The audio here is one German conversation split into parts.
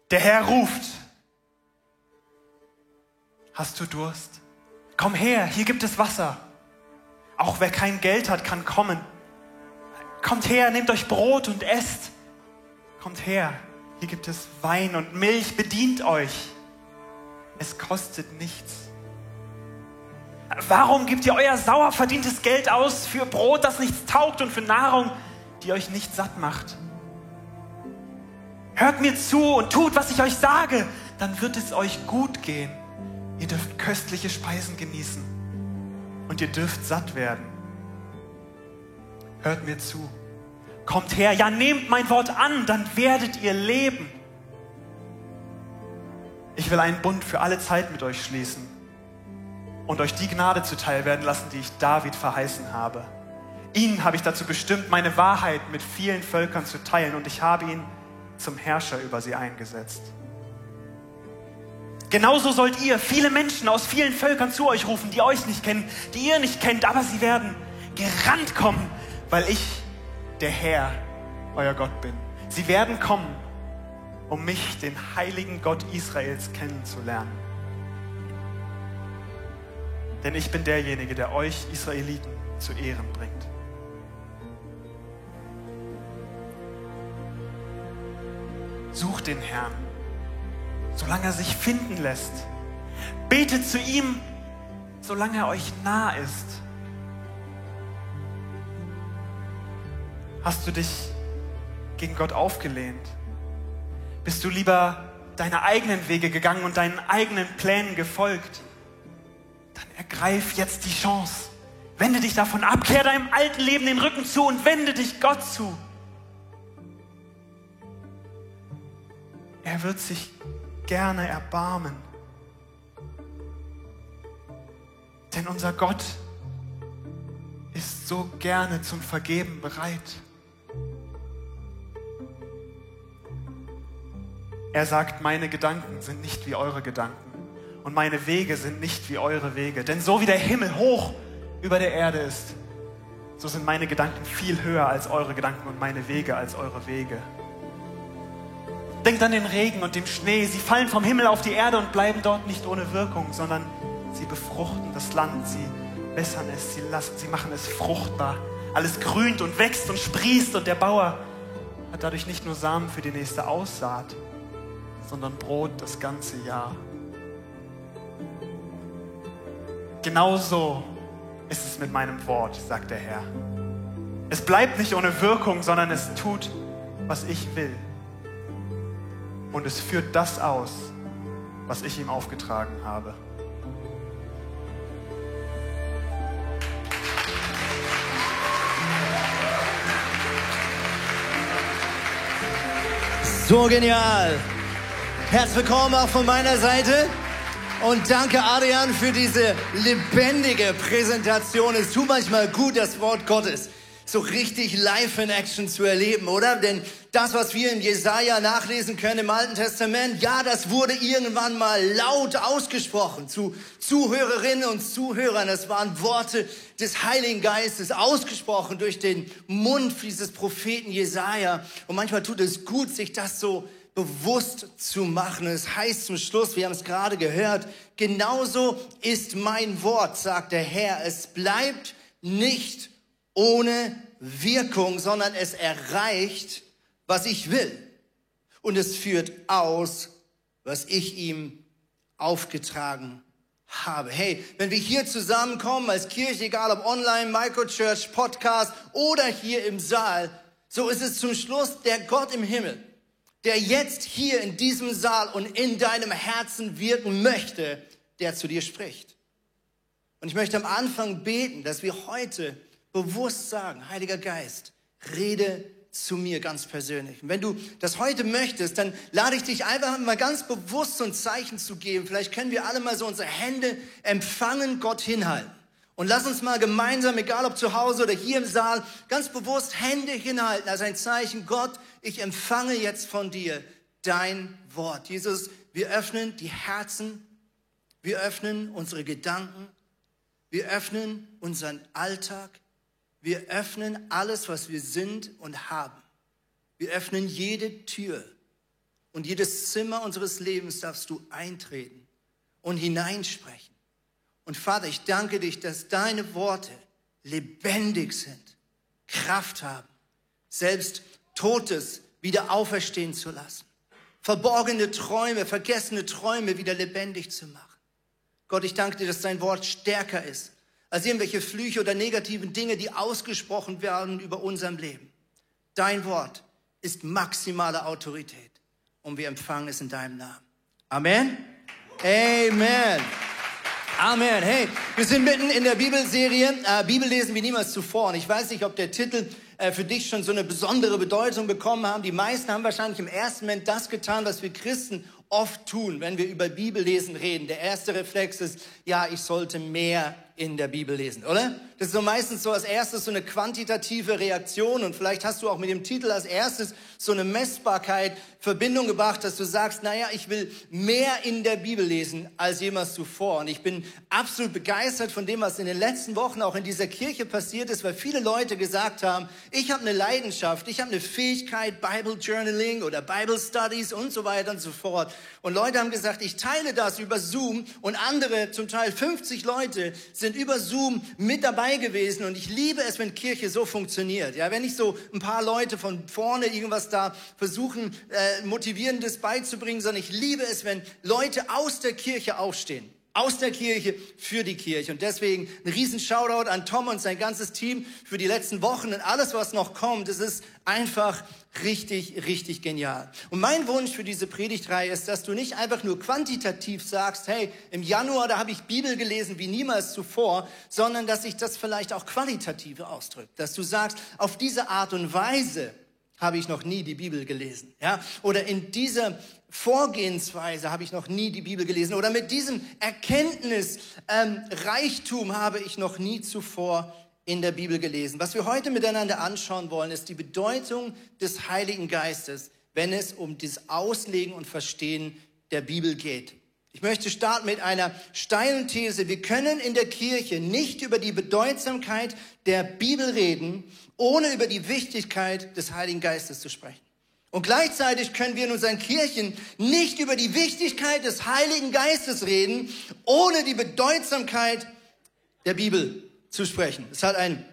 Der Herr ruft. Hast du Durst? Komm her, hier gibt es Wasser. Auch wer kein Geld hat, kann kommen. Kommt her, nehmt euch Brot und esst. Kommt her, hier gibt es Wein und Milch, bedient euch. Es kostet nichts. Warum gebt ihr euer sauer verdientes Geld aus für Brot, das nichts taugt und für Nahrung, die euch nicht satt macht? Hört mir zu und tut, was ich euch sage, dann wird es euch gut gehen. Ihr dürft köstliche Speisen genießen und ihr dürft satt werden. Hört mir zu. Kommt her, ja, nehmt mein Wort an, dann werdet ihr leben. Ich will einen Bund für alle Zeit mit euch schließen und euch die Gnade zuteil werden lassen, die ich David verheißen habe. Ihn habe ich dazu bestimmt, meine Wahrheit mit vielen Völkern zu teilen, und ich habe ihn zum Herrscher über sie eingesetzt. Genauso sollt ihr viele Menschen aus vielen Völkern zu euch rufen, die euch nicht kennen, die ihr nicht kennt, aber sie werden gerannt kommen, weil ich der Herr, euer Gott bin. Sie werden kommen, um mich, den heiligen Gott Israels, kennenzulernen. Denn ich bin derjenige, der euch Israeliten zu Ehren bringt. Sucht den Herrn, solange er sich finden lässt. Betet zu ihm, solange er euch nah ist. Hast du dich gegen Gott aufgelehnt? Bist du lieber deine eigenen Wege gegangen und deinen eigenen Plänen gefolgt? Dann ergreif jetzt die Chance. Wende dich davon ab, kehr deinem alten Leben den Rücken zu und wende dich Gott zu. Er wird sich gerne erbarmen. Denn unser Gott ist so gerne zum Vergeben bereit. Er sagt, meine Gedanken sind nicht wie eure Gedanken und meine Wege sind nicht wie eure Wege. Denn so wie der Himmel hoch über der Erde ist, so sind meine Gedanken viel höher als eure Gedanken und meine Wege als eure Wege. Denkt an den Regen und den Schnee. Sie fallen vom Himmel auf die Erde und bleiben dort nicht ohne Wirkung, sondern sie befruchten das Land, sie wässern es, sie machen es fruchtbar. Alles grünt und wächst und sprießt, und der Bauer hat dadurch nicht nur Samen für die nächste Aussaat, sondern Brot das ganze Jahr. Genauso ist es mit meinem Wort, sagt der Herr. Es bleibt nicht ohne Wirkung, sondern es tut, was ich will. Und es führt das aus, was ich ihm aufgetragen habe. So genial. Herzlich willkommen auch von meiner Seite. Und danke, Adrian, für diese lebendige Präsentation. Es tut manchmal gut, das Wort Gottes so richtig live in Action zu erleben, oder? Denn das, was wir in Jesaja nachlesen können im Alten Testament, ja, das wurde irgendwann mal laut ausgesprochen zu Zuhörerinnen und Zuhörern. Das waren Worte des Heiligen Geistes, ausgesprochen durch den Mund dieses Propheten Jesaja. Und manchmal tut es gut, sich das so bewusst zu machen. Es heißt zum Schluss, wir haben es gerade gehört, genauso ist mein Wort, sagt der Herr. Es bleibt nicht ohne Wirkung, sondern es erreicht, was ich will. Und es führt aus, was ich ihm aufgetragen habe. Hey, wenn wir hier zusammenkommen als Kirche, egal ob online, Microchurch, Podcast oder hier im Saal, so ist es zum Schluss der Gott im Himmel, der jetzt hier in diesem Saal und in deinem Herzen wirken möchte, der zu dir spricht. Und ich möchte am Anfang beten, dass wir heute bewusst sagen, Heiliger Geist, rede zu mir ganz persönlich. Und wenn du das heute möchtest, dann lade ich dich einfach mal ganz bewusst so ein Zeichen zu geben. Vielleicht können wir alle mal so unsere Hände empfangen, Gott hinhalten. Und lass uns mal gemeinsam, egal ob zu Hause oder hier im Saal, ganz bewusst Hände hinhalten als ein Zeichen. Gott, ich empfange jetzt von dir dein Wort. Jesus, wir öffnen die Herzen, wir öffnen unsere Gedanken, wir öffnen unseren Alltag, wir öffnen alles, was wir sind und haben. Wir öffnen jede Tür und jedes Zimmer unseres Lebens darfst du eintreten und hineinsprechen. Und Vater, ich danke dich, dass deine Worte lebendig sind, Kraft haben, selbst Totes wieder auferstehen zu lassen, verborgene Träume, vergessene Träume wieder lebendig zu machen. Gott, ich danke dir, dass dein Wort stärker ist als irgendwelche Flüche oder negativen Dinge, die ausgesprochen werden über unserem Leben. Dein Wort ist maximale Autorität und wir empfangen es in deinem Namen. Amen. Amen. Amen. Hey, wir sind mitten in der Bibelserie, Bibel lesen wie niemals zuvor. Und ich weiß nicht, ob der Titel für dich schon so eine besondere Bedeutung bekommen haben. Die meisten haben wahrscheinlich im ersten Moment das getan, was wir Christen oft tun, wenn wir über Bibellesen reden. Der erste Reflex ist, ja, ich sollte mehr in der Bibel lesen, oder? Das ist so meistens so als erstes so eine quantitative Reaktion und vielleicht hast du auch mit dem Titel als erstes so eine Messbarkeit, Verbindung gebracht, dass du sagst, naja, ich will mehr in der Bibel lesen als jemals zuvor. Und ich bin absolut begeistert von dem, was in den letzten Wochen auch in dieser Kirche passiert ist, weil viele Leute gesagt haben, ich habe eine Leidenschaft, ich habe eine Fähigkeit, Bible Journaling oder Bible Studies und so weiter und so fort. Und Leute haben gesagt, ich teile das über Zoom und andere, zum Teil 50 Leute, sind über Zoom mit dabei gewesen und ich liebe es, wenn Kirche so funktioniert. Ja, wenn nicht so ein paar Leute von vorne irgendwas da versuchen, Motivierendes beizubringen, sondern ich liebe es, wenn Leute aus der Kirche aufstehen. Aus der Kirche für die Kirche. Und deswegen ein riesen Shoutout an Tom und sein ganzes Team für die letzten Wochen und alles, was noch kommt. Es ist einfach richtig, richtig genial. Und mein Wunsch für diese Predigtreihe ist, dass du nicht einfach nur quantitativ sagst, hey, im Januar, da habe ich Bibel gelesen wie niemals zuvor, sondern dass sich das vielleicht auch qualitativ ausdrückt. Dass du sagst, auf diese Art und Weise habe ich noch nie die Bibel gelesen. Ja? Oder in dieser Vorgehensweise habe ich noch nie die Bibel gelesen. Oder mit diesem Erkenntnisreichtum habe ich noch nie zuvor in der Bibel gelesen. Was wir heute miteinander anschauen wollen, ist die Bedeutung des Heiligen Geistes, wenn es um das Auslegen und Verstehen der Bibel geht. Ich möchte starten mit einer steilen These. Wir können in der Kirche nicht über die Bedeutsamkeit der Bibel reden, ohne über die Wichtigkeit des Heiligen Geistes zu sprechen. Und gleichzeitig können wir in unseren Kirchen nicht über die Wichtigkeit des Heiligen Geistes reden, ohne die Bedeutsamkeit der Bibel zu sprechen. Das hat ein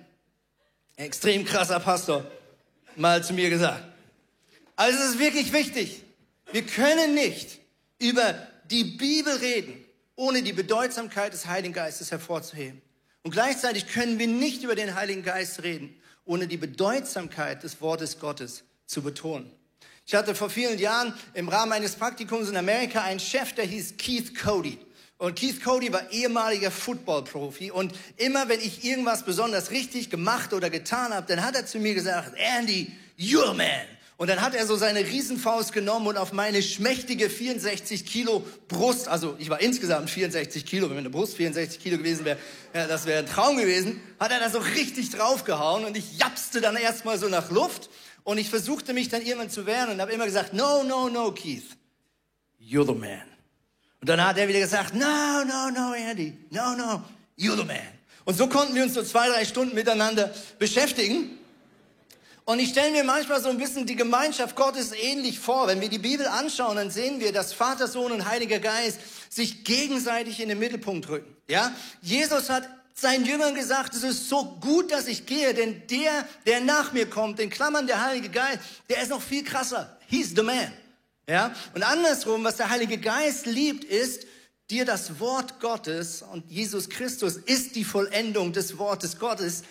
extrem krasser Pastor mal zu mir gesagt. Also es ist wirklich wichtig. Wir können nicht über die Bibel reden, ohne die Bedeutsamkeit des Heiligen Geistes hervorzuheben. Und gleichzeitig können wir nicht über den Heiligen Geist reden, ohne die Bedeutsamkeit des Wortes Gottes zu betonen. Ich hatte vor vielen Jahren im Rahmen eines Praktikums in Amerika einen Chef, der hieß Keith Cody. Und Keith Cody war ehemaliger Football-Profi. Und immer, wenn ich irgendwas besonders richtig gemacht oder getan habe, dann hat er zu mir gesagt, Andy, you're the man. Und dann hat er so seine Riesenfaust genommen und auf meine schmächtige 64 Kilo Brust, also ich war insgesamt 64 Kilo, wenn meine Brust 64 Kilo gewesen wäre, ja, das wäre ein Traum gewesen, hat er da so richtig draufgehauen und ich japste dann erstmal so nach Luft und ich versuchte mich dann irgendwann zu wehren und habe immer gesagt, no, no, no, Keith, you're the man. Und dann hat er wieder gesagt, no, no, no, Andy, no, no, you're the man. Und so konnten wir uns so 2-3 Stunden miteinander beschäftigen. Und ich stelle mir manchmal so ein bisschen die Gemeinschaft Gottes ähnlich vor. Wenn wir die Bibel anschauen, dann sehen wir, dass Vater, Sohn und Heiliger Geist sich gegenseitig in den Mittelpunkt rücken. Ja? Jesus hat seinen Jüngern gesagt, es ist so gut, dass ich gehe, denn der nach mir kommt, in Klammern der Heilige Geist, der ist noch viel krasser. He's the man. Ja? Und andersrum, was der Heilige Geist liebt, ist, dir das Wort Gottes, und Jesus Christus ist die Vollendung des Wortes Gottes,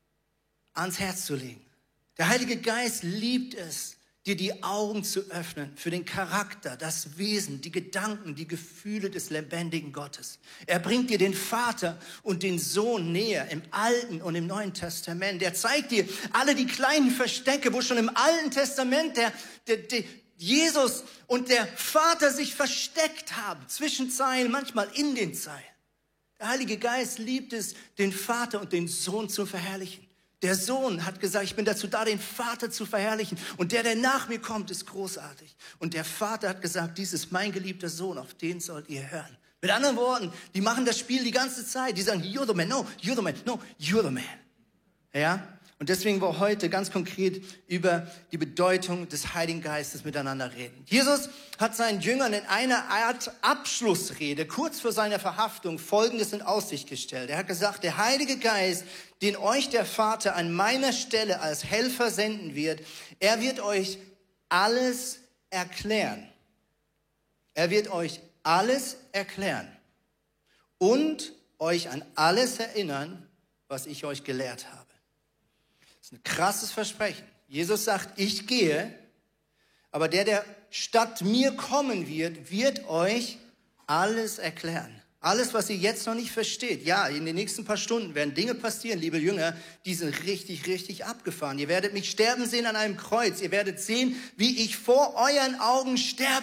ans Herz zu legen. Der Heilige Geist liebt es, dir die Augen zu öffnen für den Charakter, das Wesen, die Gedanken, die Gefühle des lebendigen Gottes. Er bringt dir den Vater und den Sohn näher im Alten und im Neuen Testament. Er zeigt dir alle die kleinen Verstecke, wo schon im Alten Testament der Jesus und der Vater sich versteckt haben, zwischen Zeilen, manchmal in den Zeilen. Der Heilige Geist liebt es, den Vater und den Sohn zu verherrlichen. Der Sohn hat gesagt, ich bin dazu da, den Vater zu verherrlichen. Und der nach mir kommt, ist großartig. Und der Vater hat gesagt, dies ist mein geliebter Sohn, auf den sollt ihr hören. Mit anderen Worten, die machen das Spiel die ganze Zeit. Die sagen, you're the man, no, you're the man, no, you're the man. Ja? Und deswegen wollen wir heute ganz konkret über die Bedeutung des Heiligen Geistes miteinander reden. Jesus hat seinen Jüngern in einer Art Abschlussrede kurz vor seiner Verhaftung Folgendes in Aussicht gestellt. Er hat gesagt, der Heilige Geist, den euch der Vater an meiner Stelle als Helfer senden wird, er wird euch alles erklären. Er wird euch alles erklären und euch an alles erinnern, was ich euch gelehrt habe. Das ist ein krasses Versprechen. Jesus sagt, ich gehe, aber der statt mir kommen wird, wird euch alles erklären. Alles, was ihr jetzt noch nicht versteht. Ja, in den nächsten paar Stunden werden Dinge passieren, liebe Jünger, die sind richtig, richtig abgefahren. Ihr werdet mich sterben sehen an einem Kreuz. Ihr werdet sehen, wie ich vor euren Augen sterbe.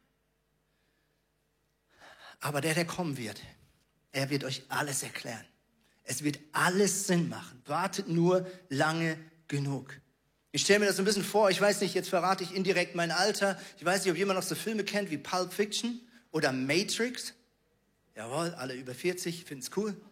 Aber der kommen wird, er wird euch alles erklären. Es wird alles Sinn machen. Wartet nur lange genug. Ich stelle mir das so ein bisschen vor, ich weiß nicht, jetzt verrate ich indirekt mein Alter. Ich weiß nicht, ob jemand noch so Filme kennt wie Pulp Fiction oder Matrix. Jawohl, alle über 40, finden es cool.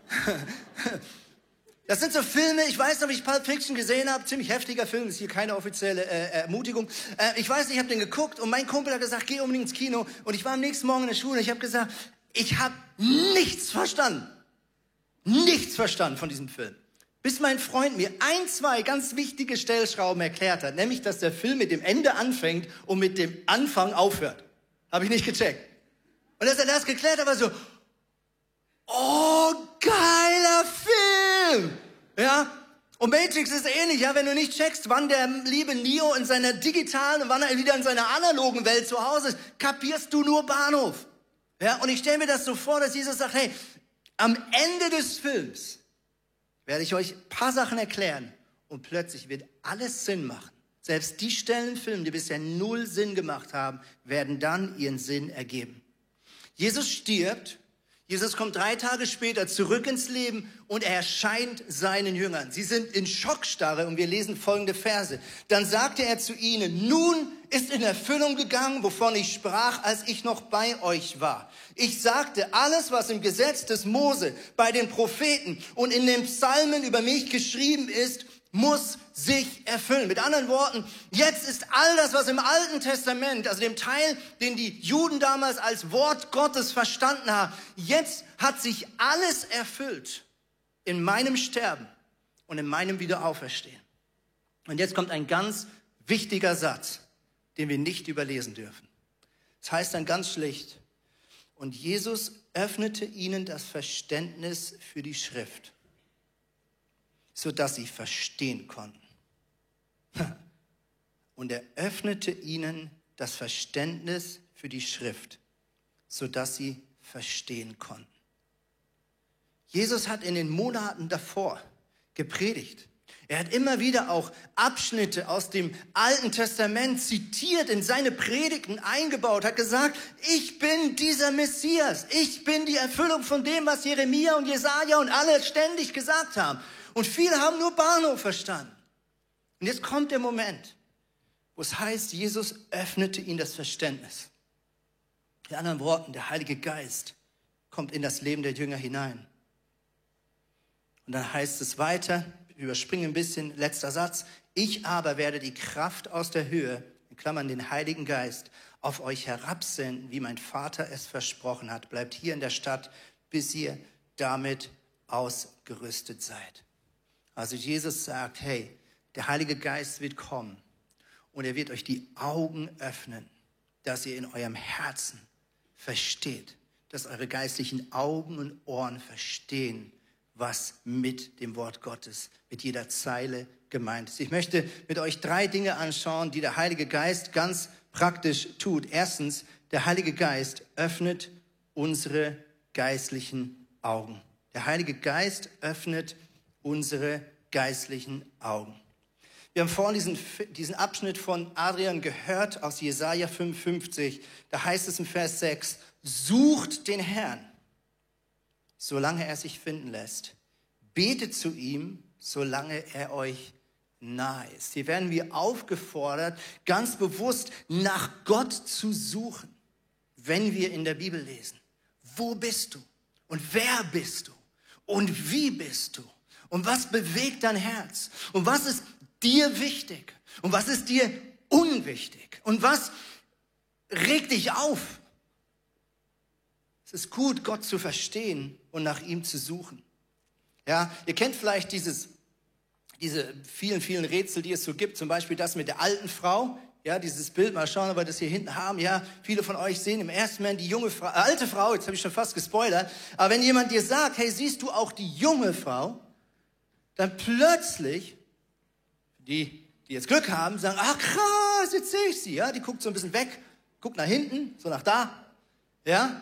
Das sind so Filme, ich weiß nicht, ob ich Pulp Fiction gesehen habe, ziemlich heftiger Film, ist hier keine offizielle Ermutigung. Ich weiß nicht, ich habe den geguckt und mein Kumpel hat gesagt, geh unbedingt ins Kino. Und ich war am nächsten Morgen in der Schule und ich habe gesagt, ich habe nichts verstanden. Nichts verstanden von diesem Film. Bis mein Freund mir 2 ganz wichtige Stellschrauben erklärt hat, nämlich, dass der Film mit dem Ende anfängt und mit dem Anfang aufhört. Habe ich nicht gecheckt. Und als er das geklärt hat, war so, oh, geiler Film! Ja? Und Matrix ist ähnlich, ja, wenn du nicht checkst, wann der liebe Neo in seiner digitalen und wann er wieder in seiner analogen Welt zu Hause ist, kapierst du nur Bahnhof. Ja? Und ich stelle mir das so vor, dass Jesus sagt, hey, am Ende des Films werde ich euch ein paar Sachen erklären und plötzlich wird alles Sinn machen. Selbst die Stellen im Film, die bisher 0 Sinn gemacht haben, werden dann ihren Sinn ergeben. Jesus stirbt, Jesus kommt 3 Tage später zurück ins Leben und er erscheint seinen Jüngern. Sie sind in Schockstarre und wir lesen folgende Verse. Dann sagte er zu ihnen, nun ist in Erfüllung gegangen, wovon ich sprach, als ich noch bei euch war. Ich sagte, alles, was im Gesetz des Mose, bei den Propheten und in den Psalmen über mich geschrieben ist, muss sich erfüllen. Mit anderen Worten, jetzt ist all das, was im Alten Testament, also dem Teil, den die Juden damals als Wort Gottes verstanden haben, jetzt hat sich alles erfüllt in meinem Sterben und in meinem Wiederauferstehen. Und jetzt kommt ein ganz wichtiger Satz, den wir nicht überlesen dürfen. Das heißt dann ganz schlicht, und Jesus öffnete ihnen das Verständnis für die Schrift, sodass sie verstehen konnten. Und er öffnete ihnen das Verständnis für die Schrift, sodass sie verstehen konnten. Jesus hat in den Monaten davor gepredigt. Er hat immer wieder auch Abschnitte aus dem Alten Testament zitiert, in seine Predigten eingebaut, hat gesagt, ich bin dieser Messias, ich bin die Erfüllung von dem, was Jeremia und Jesaja und alle ständig gesagt haben. Und viele haben nur Bahnhof verstanden. Und jetzt kommt der Moment, wo es heißt, Jesus öffnete ihnen das Verständnis. In anderen Worten, der Heilige Geist kommt in das Leben der Jünger hinein. Und dann heißt es weiter, überspringen ein bisschen, letzter Satz, ich aber werde die Kraft aus der Höhe, in Klammern den Heiligen Geist, auf euch herabsenden, wie mein Vater es versprochen hat. Bleibt hier in der Stadt, bis ihr damit ausgerüstet seid. Also Jesus sagt, hey, der Heilige Geist wird kommen und er wird euch die Augen öffnen, dass ihr in eurem Herzen versteht, dass eure geistlichen Augen und Ohren verstehen, was mit dem Wort Gottes, mit jeder Zeile gemeint ist. Ich möchte mit euch 3 Dinge anschauen, die der Heilige Geist ganz praktisch tut. Erstens, der Heilige Geist öffnet unsere geistlichen Augen. Der Heilige Geist öffnet unsere geistlichen Augen. Wir haben vorhin diesen Abschnitt von Adrian gehört aus Jesaja 55. Da heißt es im Vers 6, sucht den Herrn, solange er sich finden lässt. Betet zu ihm, solange er euch nahe ist. Hier werden wir aufgefordert, ganz bewusst nach Gott zu suchen, wenn wir in der Bibel lesen. Wo bist du? Und wer bist du? Und wie bist du? Und was bewegt dein Herz? Und was ist dir wichtig? Und was ist dir unwichtig? Und was regt dich auf? Es ist gut, Gott zu verstehen und nach ihm zu suchen. Ja, ihr kennt vielleicht diese vielen, vielen Rätsel, die es so gibt. Zum Beispiel das mit der alten Frau. Ja, dieses Bild, mal schauen, ob wir das hier hinten haben. Ja, viele von euch sehen im ersten Moment die alte Frau, jetzt habe ich schon fast gespoilert. Aber wenn jemand dir sagt, hey, siehst du auch die junge Frau? Dann plötzlich, die jetzt Glück haben, sagen, ach krass, jetzt sehe ich sie. Ja, die guckt so ein bisschen weg, guckt nach hinten, so nach da. Ja.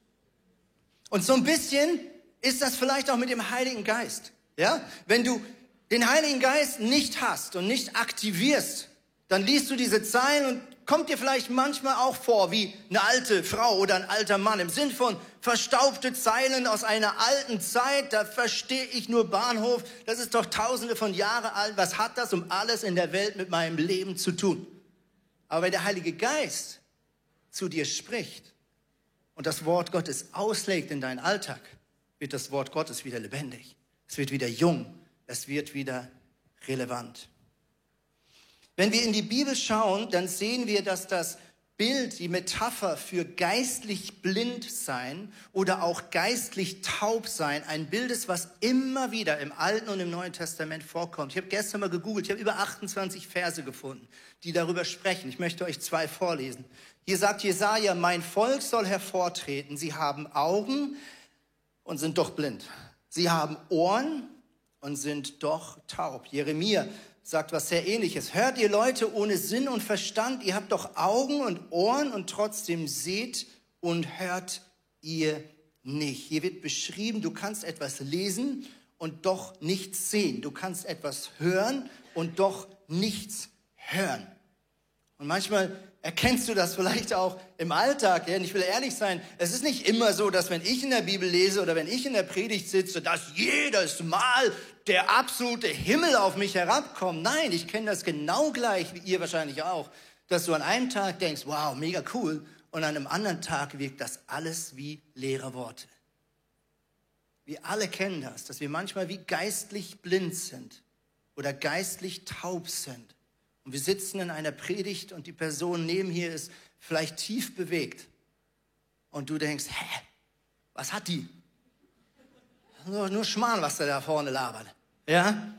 Und so ein bisschen ist das vielleicht auch mit dem Heiligen Geist. Ja, wenn du den Heiligen Geist nicht hast und nicht aktivierst, dann liest du diese Zeilen und kommt dir vielleicht manchmal auch vor wie eine alte Frau oder ein alter Mann. Im Sinn von verstaubte Zeilen aus einer alten Zeit, da verstehe ich nur Bahnhof. Das ist doch tausende von Jahren alt. Was hat das um alles in der Welt mit meinem Leben zu tun? Aber wenn der Heilige Geist zu dir spricht und das Wort Gottes auslegt in deinen Alltag, wird das Wort Gottes wieder lebendig. Es wird wieder jung. Es wird wieder relevant. Wenn wir in die Bibel schauen, dann sehen wir, dass das Bild, die Metapher für geistlich blind sein oder auch geistlich taub sein, ein Bild ist, was immer wieder im Alten und im Neuen Testament vorkommt. Ich habe gestern mal gegoogelt, ich habe über 28 Verse gefunden, die darüber sprechen. Ich möchte euch 2 vorlesen. Hier sagt Jesaja, mein Volk soll hervortreten. Sie haben Augen und sind doch blind. Sie haben Ohren und sind doch taub. Jeremia sagt was sehr Ähnliches. Hört ihr Leute ohne Sinn und Verstand? Ihr habt doch Augen und Ohren und trotzdem seht und hört ihr nicht. Hier wird beschrieben, du kannst etwas lesen und doch nichts sehen. Du kannst etwas hören und doch nichts hören. Und manchmal erkennst du das vielleicht auch im Alltag. Ja? Und ich will ehrlich sein, es ist nicht immer so, dass wenn ich in der Bibel lese oder wenn ich in der Predigt sitze, dass jedes Mal der absolute Himmel auf mich herabkommt. Nein, ich kenne das genau gleich, wie ihr wahrscheinlich auch, dass du an einem Tag denkst, wow, mega cool, und an einem anderen Tag wirkt das alles wie leere Worte. Wir alle kennen das, dass wir manchmal wie geistlich blind sind oder geistlich taub sind. Und wir sitzen in einer Predigt und die Person neben hier ist vielleicht tief bewegt. Und du denkst, hä, was hat die? Nur Schmarrn, was der da vorne labert. Ja?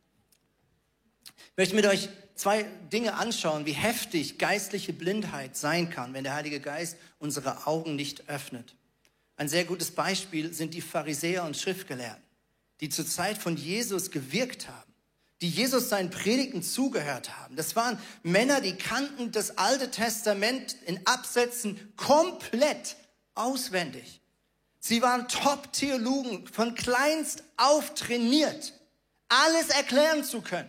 Ich möchte mit euch 2 Dinge anschauen, wie heftig geistliche Blindheit sein kann, wenn der Heilige Geist unsere Augen nicht öffnet. Ein sehr gutes Beispiel sind die Pharisäer und Schriftgelehrten, die zur Zeit von Jesus gewirkt haben, die Jesus seinen Predigten zugehört haben. Das waren Männer, die kannten das Alte Testament in Absätzen komplett auswendig. Sie waren Top-Theologen, von kleinst auf trainiert, alles erklären zu können.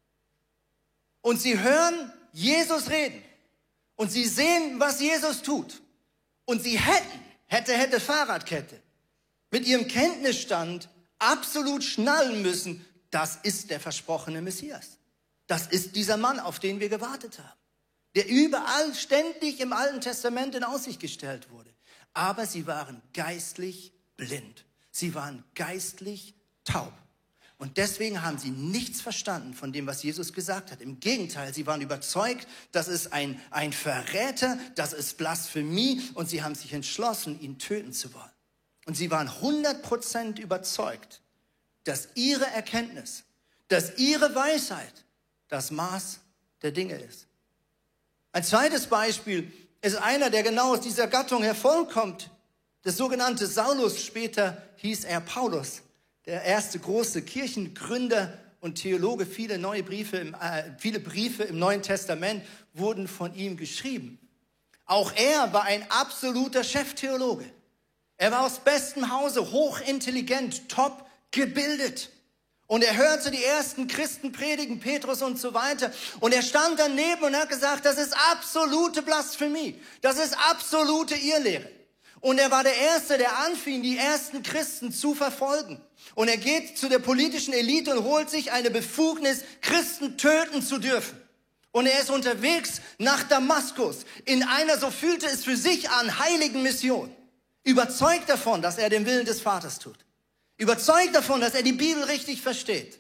Und sie hören Jesus reden. Und sie sehen, was Jesus tut. Und sie hätte Fahrradkette, mit ihrem Kenntnisstand absolut schnallen müssen, das ist der versprochene Messias. Das ist dieser Mann, auf den wir gewartet haben, der überall ständig im Alten Testament in Aussicht gestellt wurde. Aber sie waren geistlich blind. Sie waren geistlich taub. Und deswegen haben sie nichts verstanden von dem, was Jesus gesagt hat. Im Gegenteil, sie waren überzeugt, das ist ein Verräter, das ist Blasphemie, und sie haben sich entschlossen, ihn töten zu wollen. Und sie waren 100% überzeugt, dass ihre Erkenntnis, dass ihre Weisheit das Maß der Dinge ist. Ein zweites Beispiel ist einer, der genau aus dieser Gattung hervorkommt. Der sogenannte Saulus, später hieß er Paulus, der erste große Kirchengründer und Theologe. Viele Briefe im Neuen Testament wurden von ihm geschrieben. Auch er war ein absoluter Cheftheologe. Er war aus bestem Hause, hochintelligent, top gebildet. Und er hörte die ersten Christen predigen, Petrus und so weiter. Und er stand daneben und hat gesagt, das ist absolute Blasphemie. Das ist absolute Irrlehre. Und er war der Erste, der anfing, die ersten Christen zu verfolgen. Und er geht zu der politischen Elite und holt sich eine Befugnis, Christen töten zu dürfen. Und er ist unterwegs nach Damaskus in einer, so fühlte es für sich an, heiligen Mission. Überzeugt davon, dass er den Willen des Vaters tut. Überzeugt davon, dass er die Bibel richtig versteht.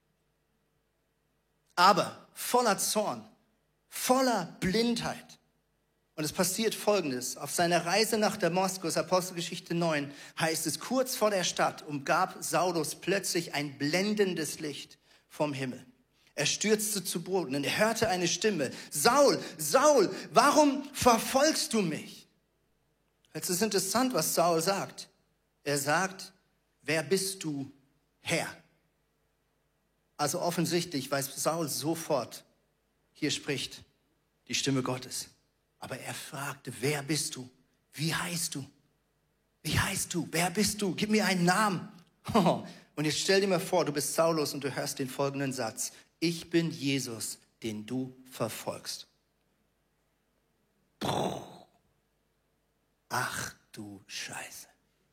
Aber voller Zorn, voller Blindheit. Und es passiert Folgendes. Auf seiner Reise nach Damaskus, Apostelgeschichte 9, heißt es, kurz vor der Stadt umgab Saulus plötzlich ein blendendes Licht vom Himmel. Er stürzte zu Boden und er hörte eine Stimme. Saul, Saul, warum verfolgst du mich? Es ist interessant, was Saul sagt. Er sagt, wer bist du, Herr? Also offensichtlich weiß Saul sofort, hier spricht die Stimme Gottes. Aber er fragte, wer bist du? Wie heißt du? Wie heißt du? Wer bist du? Gib mir einen Namen. Und jetzt stell dir mal vor, du bist Saulus und du hörst den folgenden Satz. Ich bin Jesus, den du verfolgst. Ach du Scheiße.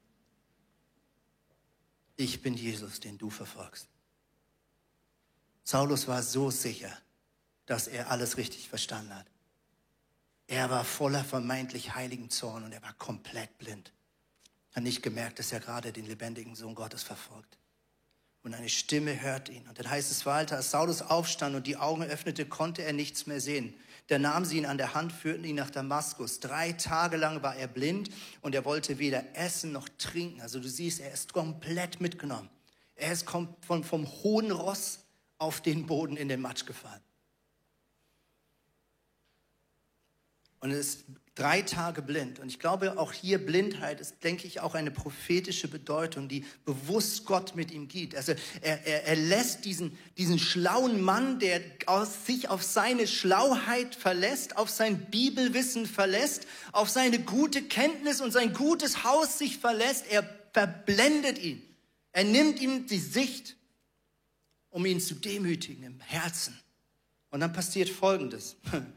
Ich bin Jesus, den du verfolgst. Saulus war so sicher, dass er alles richtig verstanden hat. Er war voller vermeintlich heiligem Zorn und er war komplett blind. Er hat nicht gemerkt, dass er gerade den lebendigen Sohn Gottes verfolgt. Und eine Stimme hört ihn. Und dann heißt es weiter, als Saulus aufstand und die Augen öffnete, konnte er nichts mehr sehen. Da nahmen sie ihn an der Hand, führten ihn nach Damaskus. 3 Tage lang war er blind und er wollte weder essen noch trinken. Also du siehst, er ist komplett mitgenommen. Er ist vom hohen Ross auf den Boden in den Matsch gefallen. Und er ist 3 Tage blind. Und ich glaube, auch hier Blindheit ist, denke ich, auch eine prophetische Bedeutung, die bewusst Gott mit ihm geht. Also er lässt diesen schlauen Mann, der sich auf seine Schlauheit verlässt, auf sein Bibelwissen verlässt, auf seine gute Kenntnis und sein gutes Haus sich verlässt. Er verblendet ihn. Er nimmt ihm die Sicht, um ihn zu demütigen im Herzen. Und dann passiert Folgendes.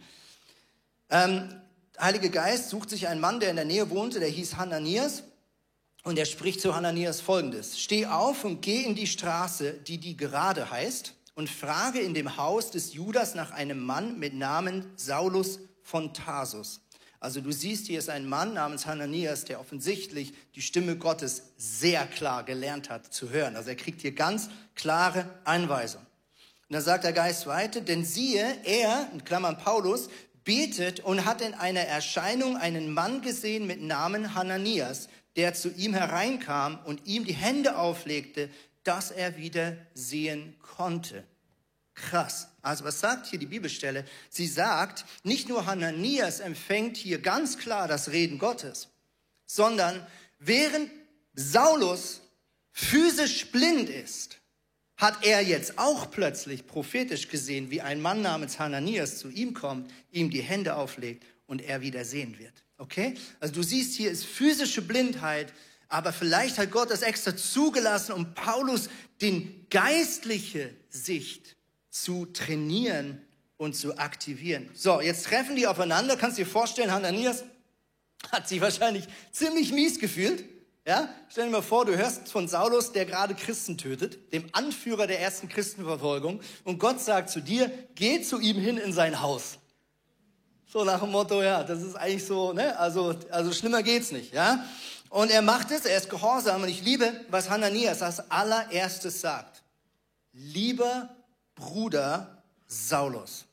Heilige Geist sucht sich einen Mann, der in der Nähe wohnte, der hieß Hananias. Und er spricht zu Hananias Folgendes. Steh auf und geh in die Straße, die gerade heißt, und frage in dem Haus des Judas nach einem Mann mit Namen Saulus von Tarsus. Also du siehst, hier ist ein Mann namens Hananias, der offensichtlich die Stimme Gottes sehr klar gelernt hat zu hören. Also er kriegt hier ganz klare Anweisungen. Und dann sagt der Geist weiter, denn siehe, er, in Klammern Paulus, betet und hat in einer Erscheinung einen Mann gesehen mit Namen Hananias, der zu ihm hereinkam und ihm die Hände auflegte, dass er wieder sehen konnte. Krass. Also was sagt hier die Bibelstelle? Sie sagt, nicht nur Hananias empfängt hier ganz klar das Reden Gottes, sondern während Saulus physisch blind ist, hat er jetzt auch plötzlich prophetisch gesehen, wie ein Mann namens Hananias zu ihm kommt, ihm die Hände auflegt und er wieder sehen wird. Okay? Also du siehst, hier ist physische Blindheit, aber vielleicht hat Gott das extra zugelassen, um Paulus den geistliche Sicht zu trainieren und zu aktivieren. So, jetzt treffen die aufeinander. Kannst du dir vorstellen, Hananias hat sich wahrscheinlich ziemlich mies gefühlt. Ja? Stell dir mal vor, du hörst von Saulus, der gerade Christen tötet, dem Anführer der ersten Christenverfolgung. Und Gott sagt zu dir, geh zu ihm hin in sein Haus. So nach dem Motto, ja, das ist eigentlich so, ne? Also schlimmer geht's nicht, ja? Und er macht es, er ist gehorsam. Und ich liebe, was Hananias als allererstes sagt. Lieber Bruder Saulus.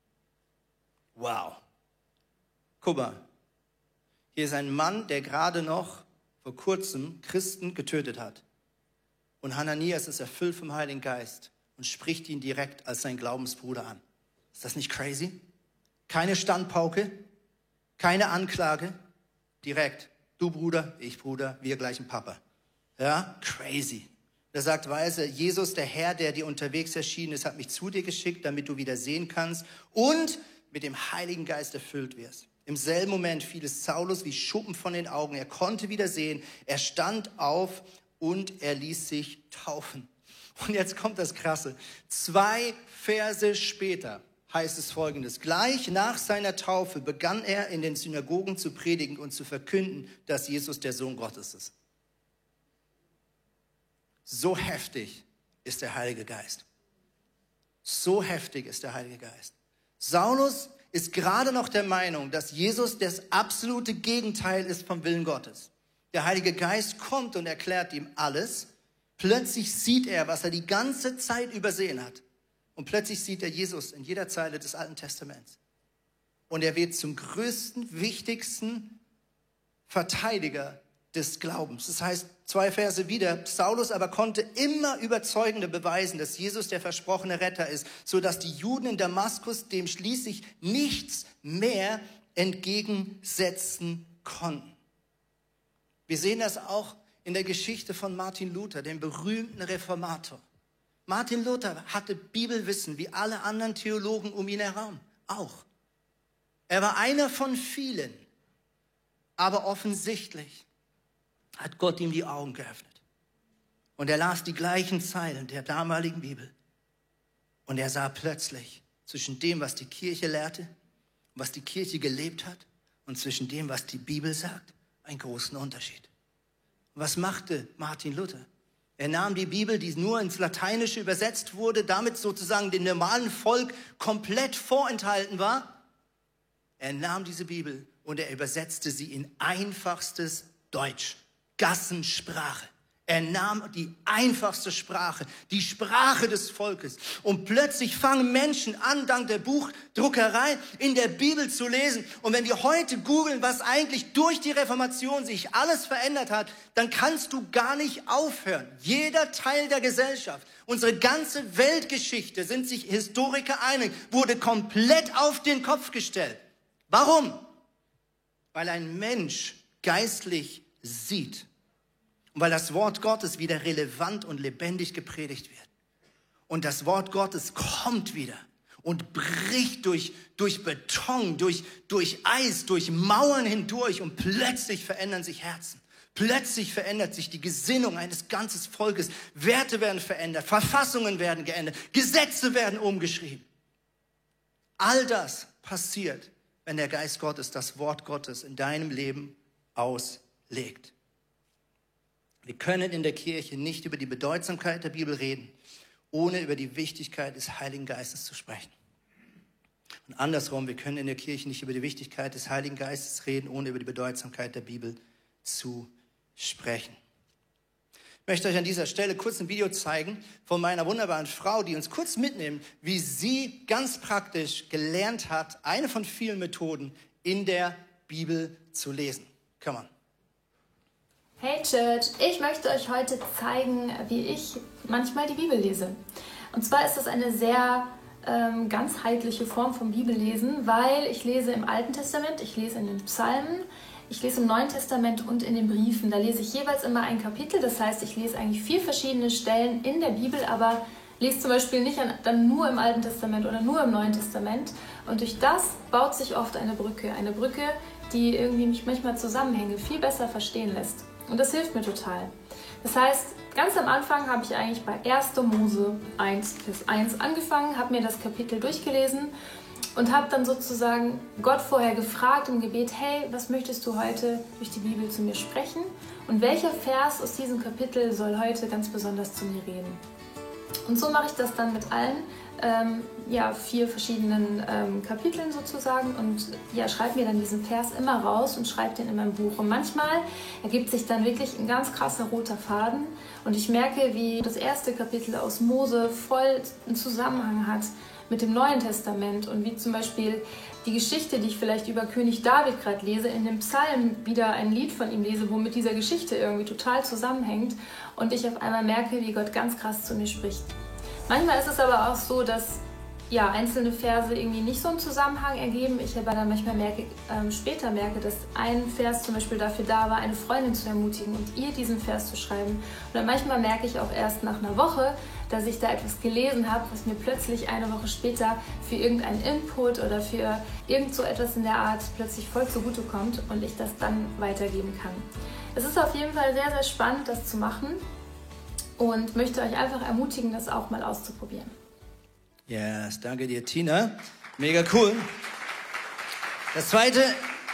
Wow. Guck mal. Hier ist ein Mann, der gerade noch vor kurzem Christen getötet hat. Und Hananias ist erfüllt vom Heiligen Geist und spricht ihn direkt als sein Glaubensbruder an. Ist das nicht crazy? Keine Standpauke, keine Anklage, direkt. Du Bruder, ich Bruder, wir gleichen Papa. Ja, crazy. Er sagt weise, Jesus, der Herr, der dir unterwegs erschienen ist, hat mich zu dir geschickt, damit du wieder sehen kannst und mit dem Heiligen Geist erfüllt wirst. Im selben Moment fiel es Saulus wie Schuppen von den Augen. Er konnte wieder sehen. Er stand auf und er ließ sich taufen. Und jetzt kommt das Krasse. 2 Verse später heißt es Folgendes. Gleich nach seiner Taufe begann er in den Synagogen zu predigen und zu verkünden, dass Jesus der Sohn Gottes ist. So heftig ist der Heilige Geist. So heftig ist der Heilige Geist. Saulus ist gerade noch der Meinung, dass Jesus das absolute Gegenteil ist vom Willen Gottes. Der Heilige Geist kommt und erklärt ihm alles. Plötzlich sieht er, was er die ganze Zeit übersehen hat. Und plötzlich sieht er Jesus in jeder Zeile des Alten Testaments. Und er wird zum größten, wichtigsten Verteidiger des Glaubens. Das heißt, 2 Verse wieder, Saulus aber konnte immer überzeugender beweisen, dass Jesus der versprochene Retter ist, sodass die Juden in Damaskus dem schließlich nichts mehr entgegensetzen konnten. Wir sehen das auch in der Geschichte von Martin Luther, dem berühmten Reformator. Martin Luther hatte Bibelwissen wie alle anderen Theologen um ihn herum, auch. Er war einer von vielen, aber offensichtlich hat Gott ihm die Augen geöffnet. Und er las die gleichen Zeilen der damaligen Bibel. Und er sah plötzlich zwischen dem, was die Kirche lehrte, was die Kirche gelebt hat, und zwischen dem, was die Bibel sagt, einen großen Unterschied. Was machte Martin Luther? Er nahm die Bibel, die nur ins Lateinische übersetzt wurde, damit sozusagen dem normalen Volk komplett vorenthalten war. Er nahm diese Bibel und er übersetzte sie in einfachstes Deutsch, Gassensprache. Er nahm die einfachste Sprache, die Sprache des Volkes. Und plötzlich fangen Menschen an, dank der Buchdruckerei in der Bibel zu lesen. Und wenn wir heute googeln, was eigentlich durch die Reformation sich alles verändert hat, dann kannst du gar nicht aufhören. Jeder Teil der Gesellschaft, unsere ganze Weltgeschichte, sind sich Historiker einig, wurde komplett auf den Kopf gestellt. Warum? Weil ein Mensch geistlich sieht. Und weil das Wort Gottes wieder relevant und lebendig gepredigt wird. Und das Wort Gottes kommt wieder und bricht durch Beton, durch Eis, durch Mauern hindurch. Und plötzlich verändern sich Herzen. Plötzlich verändert sich die Gesinnung eines ganzen Volkes. Werte werden verändert, Verfassungen werden geändert, Gesetze werden umgeschrieben. All das passiert, wenn der Geist Gottes das Wort Gottes in deinem Leben auslegt. Wir können in der Kirche nicht über die Bedeutsamkeit der Bibel reden, ohne über die Wichtigkeit des Heiligen Geistes zu sprechen. Und andersrum, wir können in der Kirche nicht über die Wichtigkeit des Heiligen Geistes reden, ohne über die Bedeutsamkeit der Bibel zu sprechen. Ich möchte euch an dieser Stelle kurz ein Video zeigen von meiner wunderbaren Frau, die uns kurz mitnimmt, wie sie ganz praktisch gelernt hat, eine von vielen Methoden in der Bibel zu lesen. Come on. Hey Church, ich möchte euch heute zeigen, wie ich manchmal die Bibel lese. Und zwar ist das eine sehr ganzheitliche Form vom Bibellesen, weil ich lese im Alten Testament, ich lese in den Psalmen, ich lese im Neuen Testament und in den Briefen. Da lese ich jeweils immer ein Kapitel, das heißt, ich lese eigentlich 4 verschiedene Stellen in der Bibel, aber lese zum Beispiel nicht dann nur im Alten Testament oder nur im Neuen Testament. Und durch das baut sich oft eine Brücke, die irgendwie mich manchmal Zusammenhänge viel besser verstehen lässt. Und das hilft mir total. Das heißt, ganz am Anfang habe ich eigentlich bei 1. Mose 1, Vers 1 angefangen, habe mir das Kapitel durchgelesen und habe dann sozusagen Gott vorher gefragt im Gebet, hey, was möchtest du heute durch die Bibel zu mir sprechen? Und welcher Vers aus diesem Kapitel soll heute ganz besonders zu mir reden? Und so mache ich das dann mit allen 4 verschiedenen Kapiteln sozusagen und schreibe mir dann diesen Vers immer raus und schreibe den in mein Buch. Und manchmal ergibt sich dann wirklich ein ganz krasser roter Faden und ich merke, wie das erste Kapitel aus Mose voll einen Zusammenhang hat mit dem Neuen Testament und wie zum Beispiel die Geschichte, die ich vielleicht über König David gerade lese, in dem Psalm wieder ein Lied von ihm lese, wo mit dieser Geschichte irgendwie total zusammenhängt und ich auf einmal merke, wie Gott ganz krass zu mir spricht. Manchmal ist es aber auch so, dass einzelne Verse irgendwie nicht so einen Zusammenhang ergeben. Ich aber dann manchmal später merke, dass ein Vers zum Beispiel dafür da war, eine Freundin zu ermutigen und ihr diesen Vers zu schreiben. Oder manchmal merke ich auch erst nach einer Woche, dass ich da etwas gelesen habe, was mir plötzlich eine Woche später für irgendeinen Input oder für irgend so etwas in der Art plötzlich voll zugutekommt und ich das dann weitergeben kann. Es ist auf jeden Fall sehr, sehr spannend, das zu machen und möchte euch einfach ermutigen, das auch mal auszuprobieren. Yes, danke dir, Tina. Mega cool. Das Zweite,